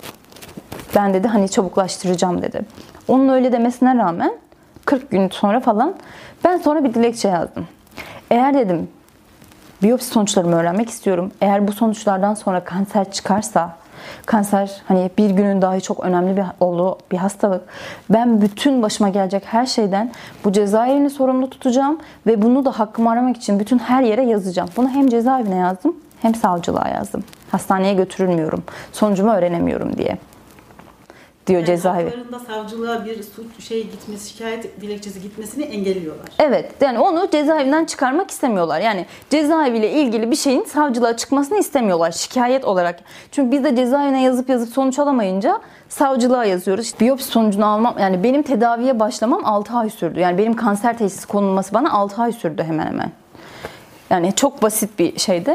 [SPEAKER 1] Ben dedi hani çabuklaştıracağım dedi. Onun öyle demesine rağmen 40 gün sonra falan ben sonra bir dilekçe yazdım. Eğer dedim biyopsi sonuçlarımı öğrenmek istiyorum. Eğer bu sonuçlardan sonra kanser çıkarsa, kanser hani bir günün dahi çok önemli olduğu bir hastalık. Ben bütün başıma gelecek her şeyden bu cezaevini sorumlu tutacağım ve bunu da hakkımı aramak için bütün her yere yazacağım. Bunu hem cezaevine yazdım hem savcılığa yazdım. Hastaneye götürülmüyorum. Sonucumu öğrenemiyorum diye. Diyor
[SPEAKER 2] yani
[SPEAKER 1] cezaevi.
[SPEAKER 2] Haklarında savcılığa bir suç gitmesi, şikayet dilekçesi gitmesini engelliyorlar.
[SPEAKER 1] Evet, yani onu cezaevinden çıkarmak istemiyorlar. Yani cezaeviyle ilgili bir şeyin savcılığa çıkmasını istemiyorlar şikayet olarak. Çünkü biz de cezaevine yazıp sonuç alamayınca savcılığa yazıyoruz. İşte biyopsi sonucunu almam, yani benim tedaviye başlamam 6 ay sürdü. Yani benim kanser teşhisi konulması bana 6 ay sürdü hemen hemen. Yani çok basit bir şeydi.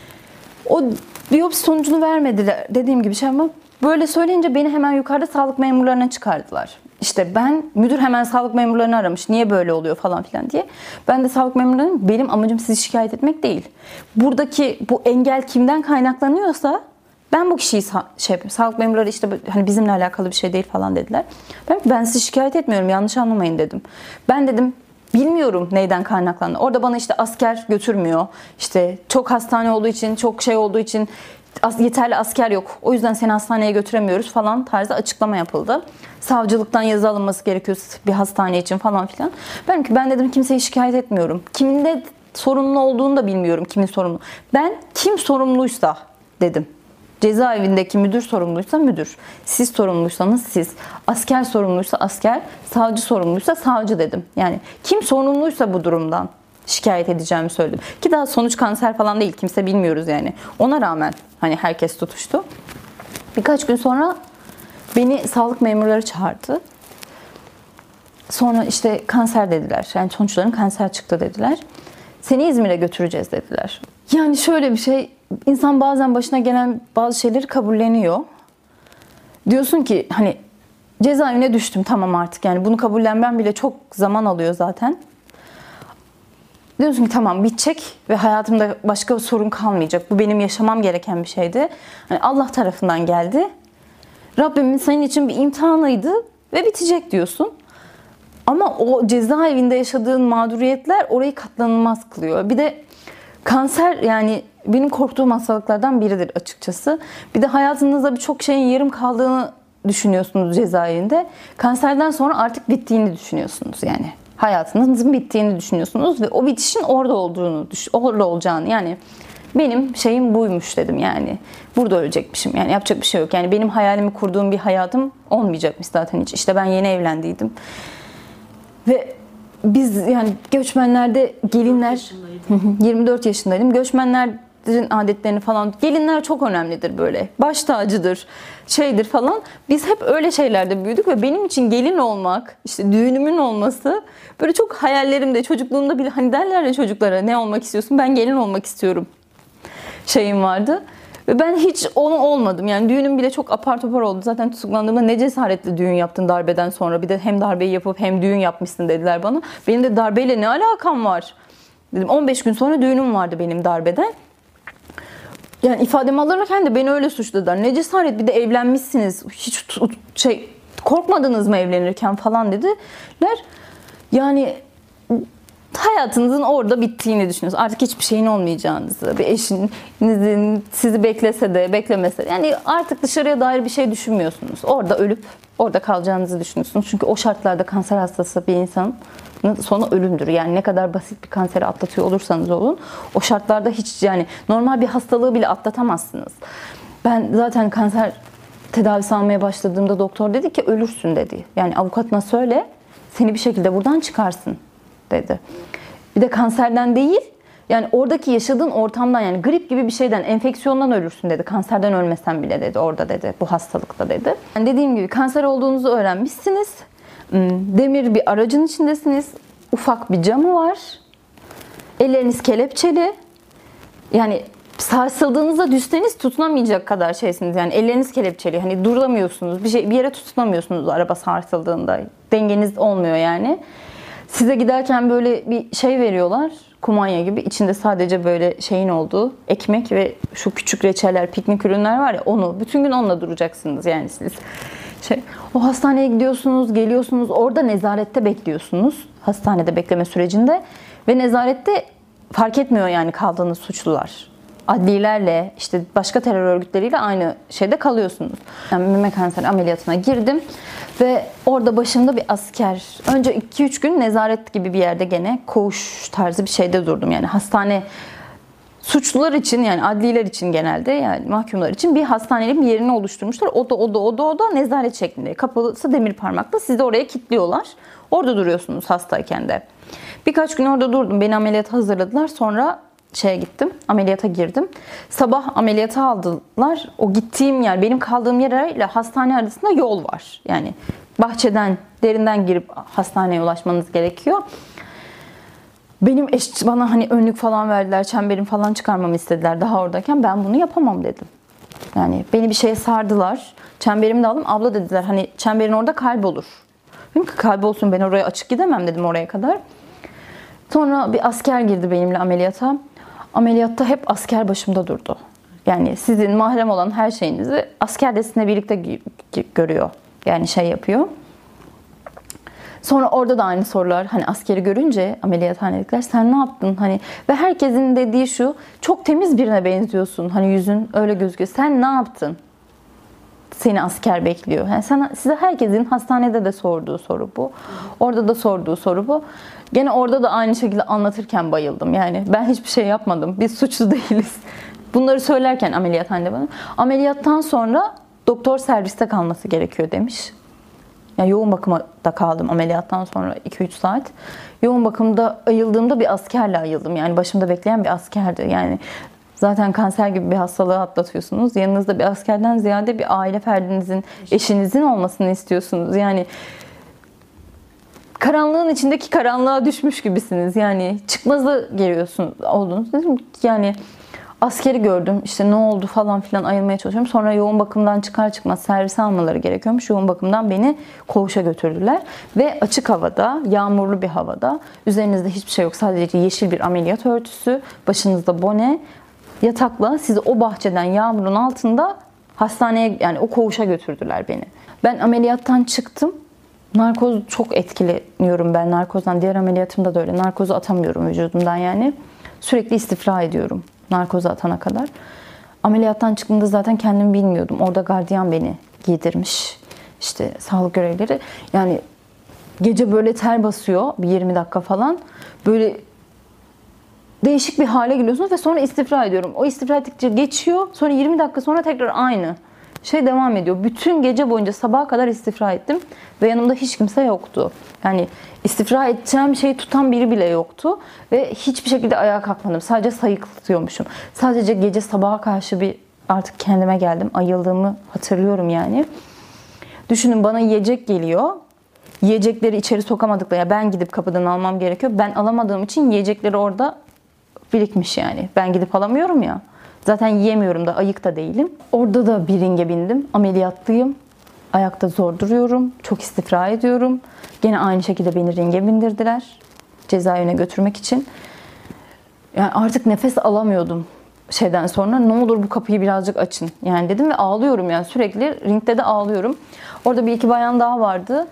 [SPEAKER 1] O biyopsi sonucunu vermediler dediğim gibi şey ama böyle söyleyince beni hemen yukarıda sağlık memurlarına çıkardılar. İşte müdür hemen sağlık memurlarını aramış. Niye böyle oluyor falan filan diye. Ben de sağlık memurlarına benim amacım sizi şikayet etmek değil. Buradaki bu engel kimden kaynaklanıyorsa ben bu kişiyi şey yapayım. Sağlık memurları işte hani bizimle alakalı bir şey değil falan dediler. Ben sizi şikayet etmiyorum yanlış anlamayın dedim. Ben dedim bilmiyorum neyden kaynaklandı. Orada bana işte asker götürmüyor. İşte çok hastane olduğu için, çok şey olduğu için yeterli asker yok. O yüzden seni hastaneye götüremiyoruz falan tarzı açıklama yapıldı. Savcılıktan yazı alınması gerekiyor bir hastane için falan filan. Ben dedim kimseyi şikayet etmiyorum. Kimin de sorumlu olduğunu da bilmiyorum kimin sorumlu. Ben kim sorumluysa dedim. Cezaevindeki müdür sorumluysa müdür. Siz sorumluysanız siz. Asker sorumluysa asker. Savcı sorumluysa savcı dedim. Yani kim sorumluysa bu durumdan şikayet edeceğimi söyledim. Ki daha sonuç kanser falan değil. Kimse bilmiyoruz yani. Ona rağmen hani herkes tutuştu. Birkaç gün sonra beni sağlık memurları çağırdı. Sonra işte kanser dediler. Yani sonuçların kanser çıktı dediler. Seni İzmir'e götüreceğiz dediler. Yani şöyle bir şey, insan bazen başına gelen bazı şeyleri kabulleniyor. Diyorsun ki hani cezaevine düştüm tamam artık yani bunu kabullenmem bile çok zaman alıyor zaten. Diyorsun ki tamam bitecek ve hayatımda başka bir sorun kalmayacak. Bu benim yaşamam gereken bir şeydi. Hani Allah tarafından geldi. Rabbimin senin için bir imtihanıydı ve bitecek diyorsun. Ama o cezaevinde yaşadığın mağduriyetler orayı katlanılmaz kılıyor. Bir de kanser yani benim korktuğum hastalıklardan biridir açıkçası. Bir de hayatınızda birçok şeyin yarım kaldığını düşünüyorsunuz cezaevinde. Kanserden sonra artık bittiğini düşünüyorsunuz yani. Hayatınızın bittiğini düşünüyorsunuz ve o bitişin orada olacağını yani benim şeyim buymuş dedim yani. Burada ölecekmişim yani yapacak bir şey yok. Yani benim hayalimi kurduğum bir hayatım olmayacakmış zaten hiç. İşte ben yeni evlendiydim. Ve biz yani göçmenlerde gelinler 24 yaşındaydım. Göçmenlerin adetlerini falan gelinler çok önemlidir böyle. Baş tacıdır, şeydir falan. Biz hep öyle şeylerde büyüdük ve benim için gelin olmak, işte düğünümün olması böyle çok hayallerimde, çocukluğumda bile hani derler ya çocuklara ne olmak istiyorsun? Ben gelin olmak istiyorum şeyim vardı. Ve ben hiç onu olmadım. Yani düğünüm bile çok apar topar oldu. Zaten tutuklandığımda ne cesaretle düğün yaptın darbeden sonra. Bir de hem darbeyi yapıp hem düğün yapmışsın dediler bana. Benim de darbeyle ne alakam var? Dedim 15 gün sonra düğünüm vardı benim darbeden. Yani ifademi alırken de beni öyle suçladılar. Ne cesaret bir de evlenmişsiniz. Hiç korkmadınız mı evlenirken falan dediler. Yani hayatınızın orada bittiğini düşünüyorsunuz. Artık hiçbir şeyin olmayacağınızı, bir eşinizin sizi beklese de beklemese de. Yani artık dışarıya dair bir şey düşünmüyorsunuz. Orada ölüp orada kalacağınızı düşünüyorsunuz. Çünkü o şartlarda kanser hastası bir insanın sonu ölümdür. Yani ne kadar basit bir kanseri atlatıyor olursanız olun. O şartlarda hiç yani normal bir hastalığı bile atlatamazsınız. Ben zaten kanser tedavisi almaya başladığımda doktor dedi ki ölürsün dedi. Yani avukatına söyle seni bir şekilde buradan çıkarsın dedi. Bir de kanserden değil yani oradaki yaşadığın ortamdan yani grip gibi bir şeyden enfeksiyondan ölürsün dedi. Kanserden ölmesen bile dedi orada dedi bu hastalıkta dedi. Yani dediğim gibi kanser olduğunuzu öğrenmişsiniz. Demir bir aracın içindesiniz. Ufak bir camı var. Elleriniz kelepçeli. Yani sarsıldığınızda düşseniz tutunamayacak kadar şeysiniz. Yani elleriniz kelepçeli. Hani duramıyorsunuz. Bir yere tutunamıyorsunuz araba sarsıldığında. Dengeniz olmuyor yani. Size giderken böyle bir şey veriyorlar. Kumanya gibi. İçinde sadece böyle şeyin olduğu ekmek ve şu küçük reçeller, piknik ürünler var ya onu. Bütün gün onunla duracaksınız yani siz. O hastaneye gidiyorsunuz, geliyorsunuz. Orada nezarette bekliyorsunuz. Hastanede bekleme sürecinde. Ve nezarette fark etmiyor yani kaldığınız suçlular. Adlilerle, işte başka terör örgütleriyle aynı şeyde kalıyorsunuz. Yani meme kanseri ameliyatına girdim. Ve orada başımda bir asker. Önce 2-3 gün nezaret gibi bir yerde gene koğuş tarzı bir şeyde durdum. Yani hastane suçlular için yani adliler için genelde yani mahkumlar için bir hastanenin bir yerini oluşturmuşlar. Oda nezaret şeklinde. Kapalısı demir parmakla sizi oraya kilitliyorlar. Orada duruyorsunuz hastayken de. Birkaç gün orada durdum. Beni ameliyata hazırladılar. Sonra gittim. Ameliyata girdim. Sabah ameliyata aldılar. O gittiğim yer, benim kaldığım yerle hastane arasında yol var. Yani bahçeden, derinden girip hastaneye ulaşmanız gerekiyor. Benim bana hani önlük falan verdiler, çemberim falan çıkarmamı istediler daha oradayken. Ben bunu yapamam dedim. Yani beni bir şeye sardılar. Çemberimi de aldım. Abla dediler hani çemberin orada kaybolur. Dedim ki kaybolsun ben oraya açık gidemem dedim oraya kadar. Sonra bir asker girdi benimle ameliyata. Ameliyatta hep asker başımda durdu. Yani sizin mahrem olan her şeyinizi asker de sizinle birlikte görüyor. Yani yapıyor. Sonra orada da aynı sorular. Hani askeri görünce ameliyathanedekiler sen ne yaptın? Hani ve herkesin dediği şu çok temiz birine benziyorsun. Hani yüzün öyle gözüküyor. Sen ne yaptın? Seni asker bekliyor. Yani size herkesin hastanede de sorduğu soru bu. Orada da sorduğu soru bu. Gene orada da aynı şekilde anlatırken bayıldım. Yani ben hiçbir şey yapmadım. Biz suçlu değiliz. Bunları söylerken ameliyathanede bana. Ameliyattan sonra doktor serviste kalması gerekiyor demiş. Yani yoğun bakımda kaldım ameliyattan sonra 2-3 saat. Yoğun bakımda ayıldığımda bir askerle ayıldım. Yani başımda bekleyen bir askerdi. Yani zaten kanser gibi bir hastalığı atlatıyorsunuz. Yanınızda bir askerden ziyade bir aile ferdinizin, eşinizin olmasını istiyorsunuz. Yani karanlığın içindeki karanlığa düşmüş gibisiniz. Yani çıkmazı geliyorsunuz oldunuz. Dedim ki yani askeri gördüm. İşte ne oldu falan filan ayılmaya çalışıyorum. Sonra yoğun bakımdan çıkar çıkmaz servise almaları gerekiyormuş. Yoğun bakımdan beni koğuşa götürdüler. Ve açık havada, yağmurlu bir havada. Üzerinizde hiçbir şey yok. Sadece yeşil bir ameliyat örtüsü. Başınızda bone. Yatakla sizi o bahçeden yağmurun altında hastaneye yani o koğuşa götürdüler beni. Ben ameliyattan çıktım. Narkoz çok etkileniyorum ben narkozdan. Diğer ameliyatımda da öyle. Narkozu atamıyorum vücudumdan yani. Sürekli istifra ediyorum narkozu atana kadar. Ameliyattan çıktığımda zaten kendimi bilmiyordum. Orada gardiyan beni giydirmiş. İşte sağlık görevlileri. Yani gece böyle ter basıyor bir 20 dakika falan. Böyle değişik bir hale geliyorsunuz ve sonra istifra ediyorum. O istifra ettikçe geçiyor. Sonra 20 dakika sonra tekrar aynı şey devam ediyor. Bütün gece boyunca sabaha kadar istifra ettim ve yanımda hiç kimse yoktu. Yani istifra edeceğim şeyi tutan biri bile yoktu ve hiçbir şekilde ayağa kalkmadım. Sadece sayıklıyormuşum. Sadece gece sabaha karşı bir artık kendime geldim. Ayıldığımı hatırlıyorum yani. Düşünün, bana yiyecek geliyor. Yiyecekleri içeri sokamadıkları, yani ben gidip kapıdan almam gerekiyor. Ben alamadığım için yiyecekleri orada birikmiş yani. Ben gidip alamıyorum ya. Zaten yiyemiyorum da, ayık da değilim. Orada da bir ringe bindim. Ameliyatlıyım. Ayakta zor duruyorum. Çok istifra ediyorum. Gene aynı şekilde beni ringe bindirdiler. Cezaevine götürmek için. Yani artık nefes alamıyordum şeyden sonra. Ne olur bu kapıyı birazcık açın yani dedim ve ağlıyorum yani, sürekli ringde de ağlıyorum. Orada bir iki bayan daha vardı.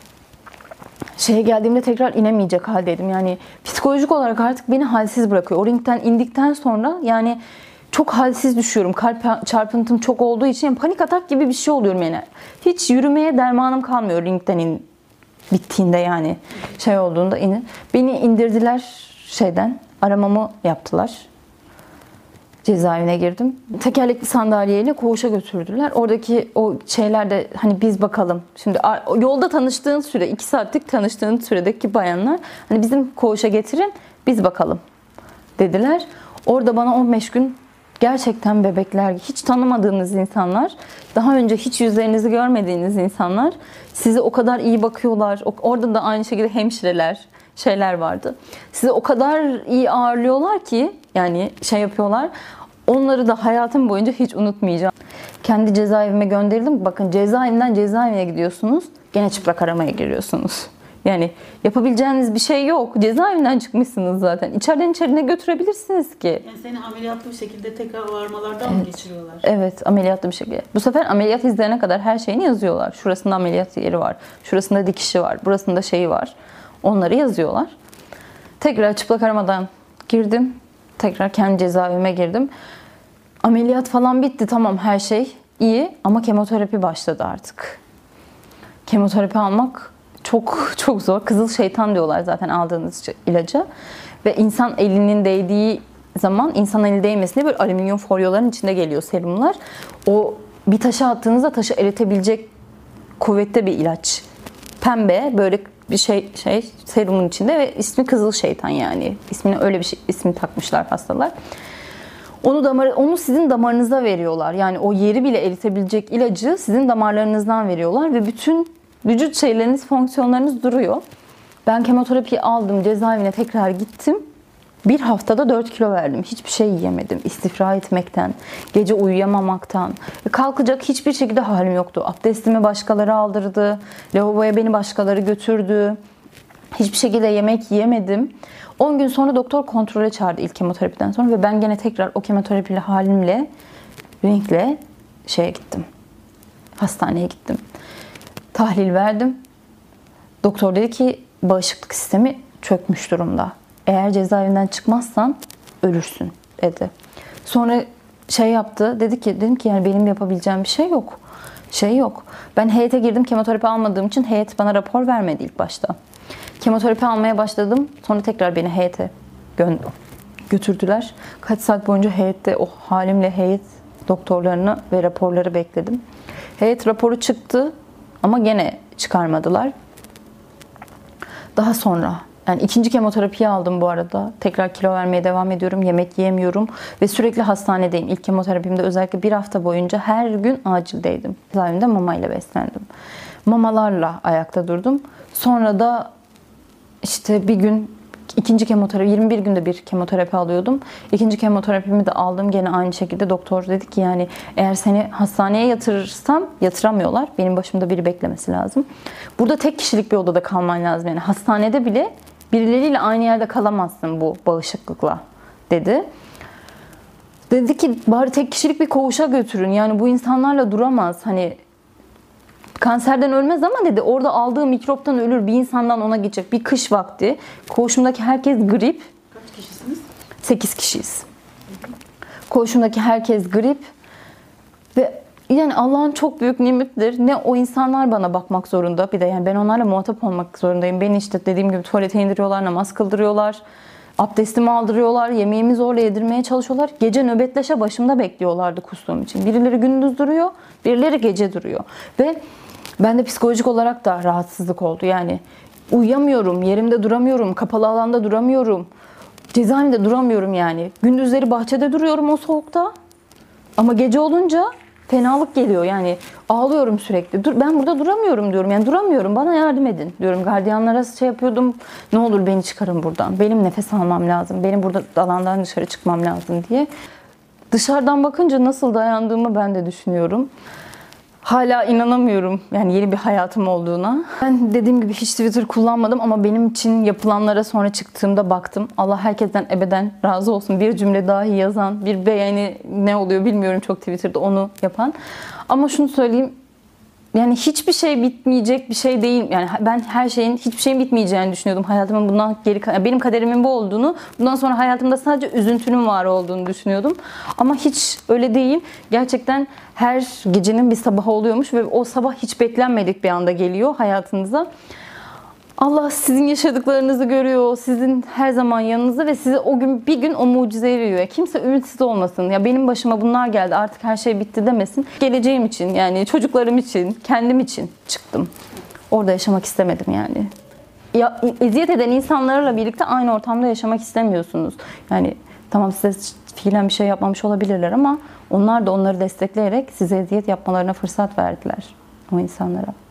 [SPEAKER 1] Şeye geldiğimde tekrar inemeyecek haldeydim. Yani psikolojik olarak artık beni halsiz bırakıyor. O ringden indikten sonra yani çok halsiz düşüyorum. Kalp çarpıntım çok olduğu için yani panik atak gibi bir şey oluyorum yani. Hiç yürümeye dermanım kalmıyor ringden bittiğinde yani şey olduğunda beni indirdiler şeyden, aramamı yaptılar. Cezaevine girdim. Tekerlekli sandalyeyle koğuşa götürdüler. Oradaki o şeyler de hani biz bakalım. Şimdi yolda tanıştığın süre, 2 saatlik tanıştığın süredeki bayanlar hani bizim koğuşa getirin, biz bakalım dediler. Orada bana 15 gün gerçekten bebekler, hiç tanımadığınız insanlar, daha önce hiç yüzlerinizi görmediğiniz insanlar size o kadar iyi bakıyorlar. Orada da aynı şekilde hemşireler, şeyler vardı. Sizi o kadar iyi ağırlıyorlar ki yani şey yapıyorlar. Onları da hayatım boyunca hiç unutmayacağım. Kendi cezaevime gönderildim. Bakın, cezaevinden cezaevine gidiyorsunuz. Gene çıplak aramaya giriyorsunuz. Yani yapabileceğiniz bir şey yok. Cezaevinden çıkmışsınız zaten. İçeriden içeri ne götürebilirsiniz ki?
[SPEAKER 2] Yani seni ameliyatlı bir şekilde tekrar varmalardan mı geçiriyorlar?
[SPEAKER 1] Evet, ameliyatlı bir şekilde. Bu sefer ameliyat izlerine kadar her şeyini yazıyorlar. Şurasında ameliyat yeri var. Şurasında dikişi var. Burasında şeyi var. Onları yazıyorlar. Tekrar çıplak aramadan girdim. Tekrar kendi cezaevime girdim. Ameliyat falan bitti. Tamam, her şey iyi. Ama kemoterapi başladı artık. Kemoterapi almak çok çok zor. Kızıl şeytan diyorlar zaten aldığınız ilaca. Ve insan elinin değdiği zaman, insan eli değmesin diye böyle alüminyum folyoların içinde geliyor serumlar. O bir taşa attığınızda taşı eritebilecek kuvvette bir ilaç. Pembe böyle bir şey serumun içinde ve ismi kızıl şeytan yani. İsmini öyle bir ismi takmışlar hastalar. Onu sizin damarınıza veriyorlar. Yani o yeri bile eritebilecek ilacı sizin damarlarınızdan veriyorlar ve bütün vücut şeyleriniz, fonksiyonlarınız duruyor. Ben kemoterapiyi aldım, cezaevine tekrar gittim. Bir haftada 4 kilo verdim. Hiçbir şey yiyemedim. İstifra etmekten, gece uyuyamamaktan. Kalkacak hiçbir şekilde halim yoktu. Abdestimi başkaları aldırdı. Lavaboya beni başkaları götürdü. Hiçbir şekilde yemek yiyemedim. 10 gün sonra doktor kontrole çağırdı ilk kemoterapiden sonra ve ben gene tekrar o kemoterapili halimle, ringle şeye gittim. Hastaneye gittim. Tahlil verdim. Doktor dedi ki bağışıklık sistemi çökmüş durumda. Eğer cezaevinden çıkmazsan ölürsün dedi. Sonra şey yaptı. Dedim ki yani benim yapabileceğim bir şey yok. Yok. Ben heyete girdim. Kemoterapi almadığım için heyet bana rapor vermedi ilk başta. Kemoterapi almaya başladım. Sonra tekrar beni heyete götürdüler. Kaç saat boyunca heyette o halimle heyet doktorlarını ve raporları bekledim. Heyet raporu çıktı ama gene çıkarmadılar. Daha sonra yani ikinci kemoterapiyi aldım bu arada. Tekrar kilo vermeye devam ediyorum. Yemek yiyemiyorum ve sürekli hastanedeyim. İlk kemoterapimde özellikle bir hafta boyunca her gün acildeydim. Cezaevinde mamayla beslendim. Mamalarla ayakta durdum. Sonra da işte bir gün ikinci kemoterapi, 21 günde bir kemoterapi alıyordum. İkinci kemoterapimi de aldım. Gene aynı şekilde doktor dedi ki yani eğer seni hastaneye yatırırsam, yatıramıyorlar. Benim başımda biri beklemesi lazım. Burada tek kişilik bir odada kalman lazım. Yani hastanede bile birileriyle aynı yerde kalamazsın bu bağışıklıkla dedi. Dedi ki bari tek kişilik bir koğuşa götürün. Yani bu insanlarla duramaz. Hani kanserden ölmez ama dedi orada aldığı mikroptan ölür, bir insandan ona geçecek. Bir kış vakti koğuşumdaki herkes grip.
[SPEAKER 2] Kaç kişisiniz?
[SPEAKER 1] 8 kişiyiz. Koğuşumdaki herkes grip ve yani Allah'ın çok büyük nimetidir. Ne o insanlar bana bakmak zorunda, bir de yani ben onlarla muhatap olmak zorundayım. Beni işte dediğim gibi tuvalete indiriyorlar, namaz kıldırıyorlar, abdestimi aldırıyorlar, yemeğimi zorla yedirmeye çalışıyorlar. Gece nöbetleşe başımda bekliyorlardı kustuğum için. Birileri gündüz duruyor, birileri gece duruyor. Ve bende psikolojik olarak da rahatsızlık oldu. Yani uyuyamıyorum, yerimde duramıyorum, kapalı alanda duramıyorum. Cezaevinde duramıyorum yani. Gündüzleri bahçede duruyorum o soğukta. Ama gece olunca fenalık geliyor yani. Ağlıyorum sürekli. Dur, ben burada duramıyorum diyorum. Yani duramıyorum. Bana yardım edin diyorum. Gardiyanlara şey yapıyordum. Ne olur beni çıkarın buradan. Benim nefes almam lazım. Benim burada alandan dışarı çıkmam lazım diye. Dışarıdan bakınca nasıl dayandığımı ben de düşünüyorum. Hala inanamıyorum yani yeni bir hayatım olduğuna. Ben dediğim gibi hiç Twitter kullanmadım ama benim için yapılanlara sonra çıktığımda baktım. Allah herkesten ebeden razı olsun. Bir cümle dahi yazan, bir beğeni ne oluyor bilmiyorum çok Twitter'da onu yapan. Ama şunu söyleyeyim. Yani hiçbir şey bitmeyecek bir şey değil. Yani ben her şeyin, hiçbir şeyin bitmeyeceğini düşünüyordum. Hayatımın bundan geri, benim kaderimin bu olduğunu, bundan sonra hayatımda sadece üzüntünün var olduğunu düşünüyordum. Ama hiç öyle değil. Gerçekten her gecenin bir sabahı oluyormuş ve o sabah hiç beklenmedik bir anda geliyor hayatınıza. Allah sizin yaşadıklarınızı görüyor, sizin her zaman yanınızda ve size o gün bir gün o mucizeyi veriyor. Kimse ümitsiz olmasın. Ya benim başıma bunlar geldi, artık her şey bitti demesin. Geleceğim için, yani çocuklarım için, kendim için çıktım. Orada yaşamak istemedim yani. Ya eziyet eden insanlarla birlikte aynı ortamda yaşamak istemiyorsunuz. Yani tamam size fiilen bir şey yapmamış olabilirler ama onlar da onları destekleyerek size eziyet yapmalarına fırsat verdiler o insanlara.